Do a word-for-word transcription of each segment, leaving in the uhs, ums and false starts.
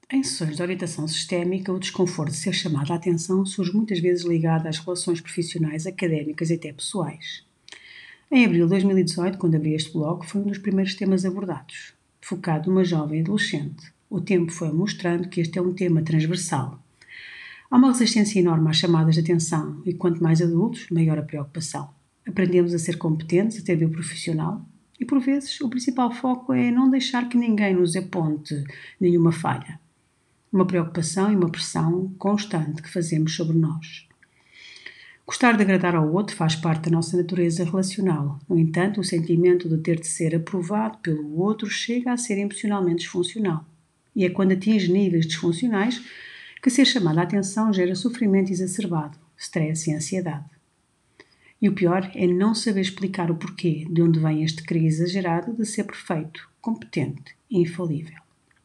Em sessões de orientação sistémica, o desconforto de ser chamado a atenção surge muitas vezes ligado às relações profissionais, académicas e até pessoais. Em abril de dois mil e dezoito, quando abri este blog, foi um dos primeiros temas abordados, focado numa jovem adolescente. O tempo foi mostrando que este é um tema transversal. Há uma resistência enorme às chamadas de atenção e quanto mais adultos, maior a preocupação. Aprendemos a ser competentes, a ter vida profissional e, por vezes, o principal foco é não deixar que ninguém nos aponte nenhuma falha. Uma preocupação e uma pressão constante que fazemos sobre nós. Gostar de agradar ao outro faz parte da nossa natureza relacional. No entanto, o sentimento de ter de ser aprovado pelo outro chega a ser emocionalmente disfuncional. E é quando atinge níveis disfuncionais que ser chamada a atenção gera sofrimento exacerbado, stress e ansiedade. E o pior é não saber explicar o porquê de onde vem este querer exagerado de ser perfeito, competente e infalível.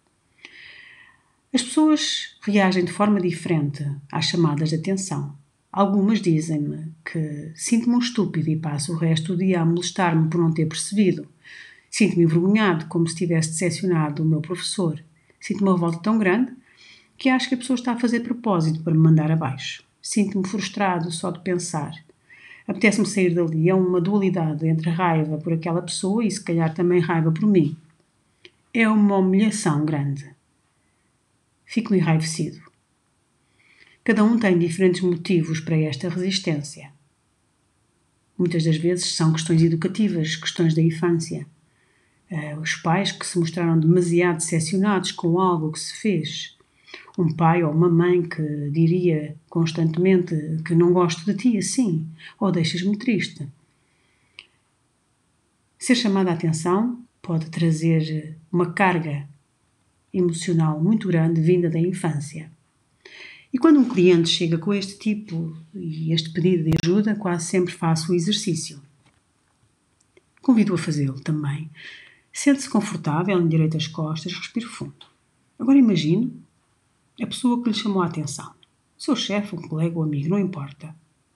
As pessoas reagem de forma diferente às chamadas de atenção. Algumas dizem-me que sinto-me um estúpido e passo o resto do dia a molestar-me por não ter percebido. Sinto-me envergonhado, como se tivesse decepcionado o meu professor. Sinto-me uma revolta tão grande que acho que a pessoa está a fazer propósito para me mandar abaixo. Sinto-me frustrado só de pensar. Apetece-me sair dali. É uma dualidade entre raiva por aquela pessoa e se calhar também raiva por mim. É uma humilhação grande. Fico enraivecido. Cada um tem diferentes motivos para esta resistência. Muitas das vezes são questões educativas, questões da infância. Uh, os pais que se mostraram demasiado decepcionados com algo que se fez. Um pai ou uma mãe que diria constantemente que não gosto de ti assim, ou deixas-me triste. Ser chamada a atenção pode trazer uma carga emocional muito grande vinda da infância. E quando um cliente chega com este tipo e este pedido de ajuda, quase sempre faço o exercício. Convido-o a fazê-lo também. Sente-se confortável, endireita as costas, respire fundo. Agora imagine a pessoa que lhe chamou a atenção. Seu chefe, um colega ou amigo, não importa.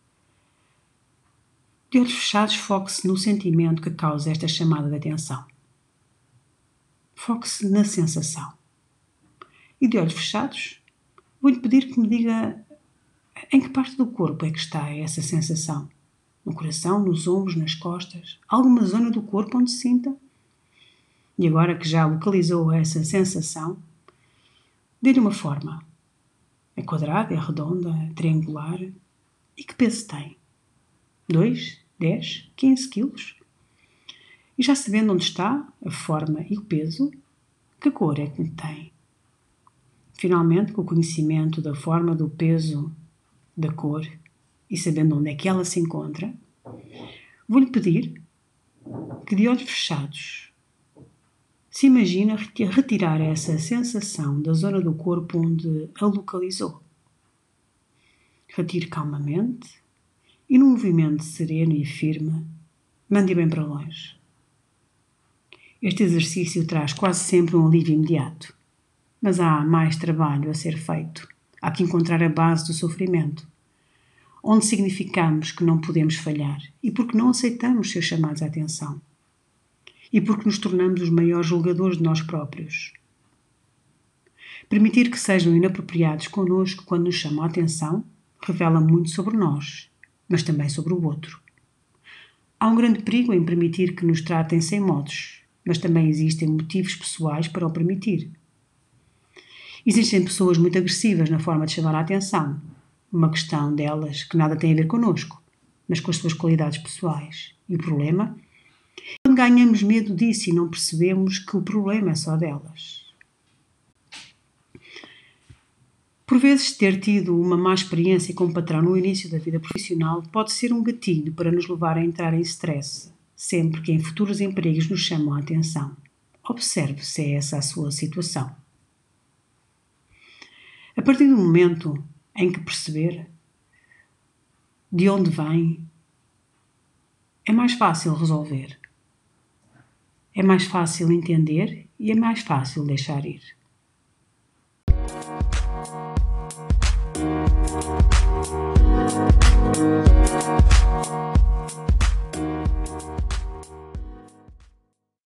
De olhos fechados, foque-se no sentimento que causa esta chamada de atenção. Foque-se na sensação. E de olhos fechados, vou-lhe pedir que me diga em que parte do corpo é que está essa sensação. No coração, nos ombros, nas costas? Alguma zona do corpo onde se sinta? E agora que já localizou essa sensação, dê-lhe uma forma. É quadrada, é redonda, é triangular? E que peso tem? dois, dez, quinze quilos? E já sabendo onde está a forma e o peso, que cor é que tem? Finalmente, com o conhecimento da forma, do peso, da cor e sabendo onde é que ela se encontra, vou-lhe pedir que de olhos fechados se imagina retirar essa sensação da zona do corpo onde a localizou. Retire calmamente e num movimento sereno e firme, mande bem para longe. Este exercício traz quase sempre um alívio imediato. Mas há mais trabalho a ser feito. Há que encontrar a base do sofrimento. Onde significamos que não podemos falhar e porque não aceitamos ser chamados à atenção. E porque nos tornamos os maiores julgadores de nós próprios. Permitir que sejam inapropriados connosco quando nos chamam a atenção revela muito sobre nós, mas também sobre o outro. Há um grande perigo em permitir que nos tratem sem modos, mas também existem motivos pessoais para o permitir. Existem pessoas muito agressivas na forma de chamar a atenção. Uma questão delas que nada tem a ver connosco, mas com as suas qualidades pessoais. E o problema? Quando ganhamos medo disso e não percebemos que o problema é só delas. Por vezes, ter tido uma má experiência com um patrão no início da vida profissional pode ser um gatilho para nos levar a entrar em stress, sempre que em futuros empregos nos chamam a atenção. Observe se é essa a sua situação. A partir do momento em que perceber de onde vem, é mais fácil resolver. É mais fácil entender e é mais fácil deixar ir. Thank you.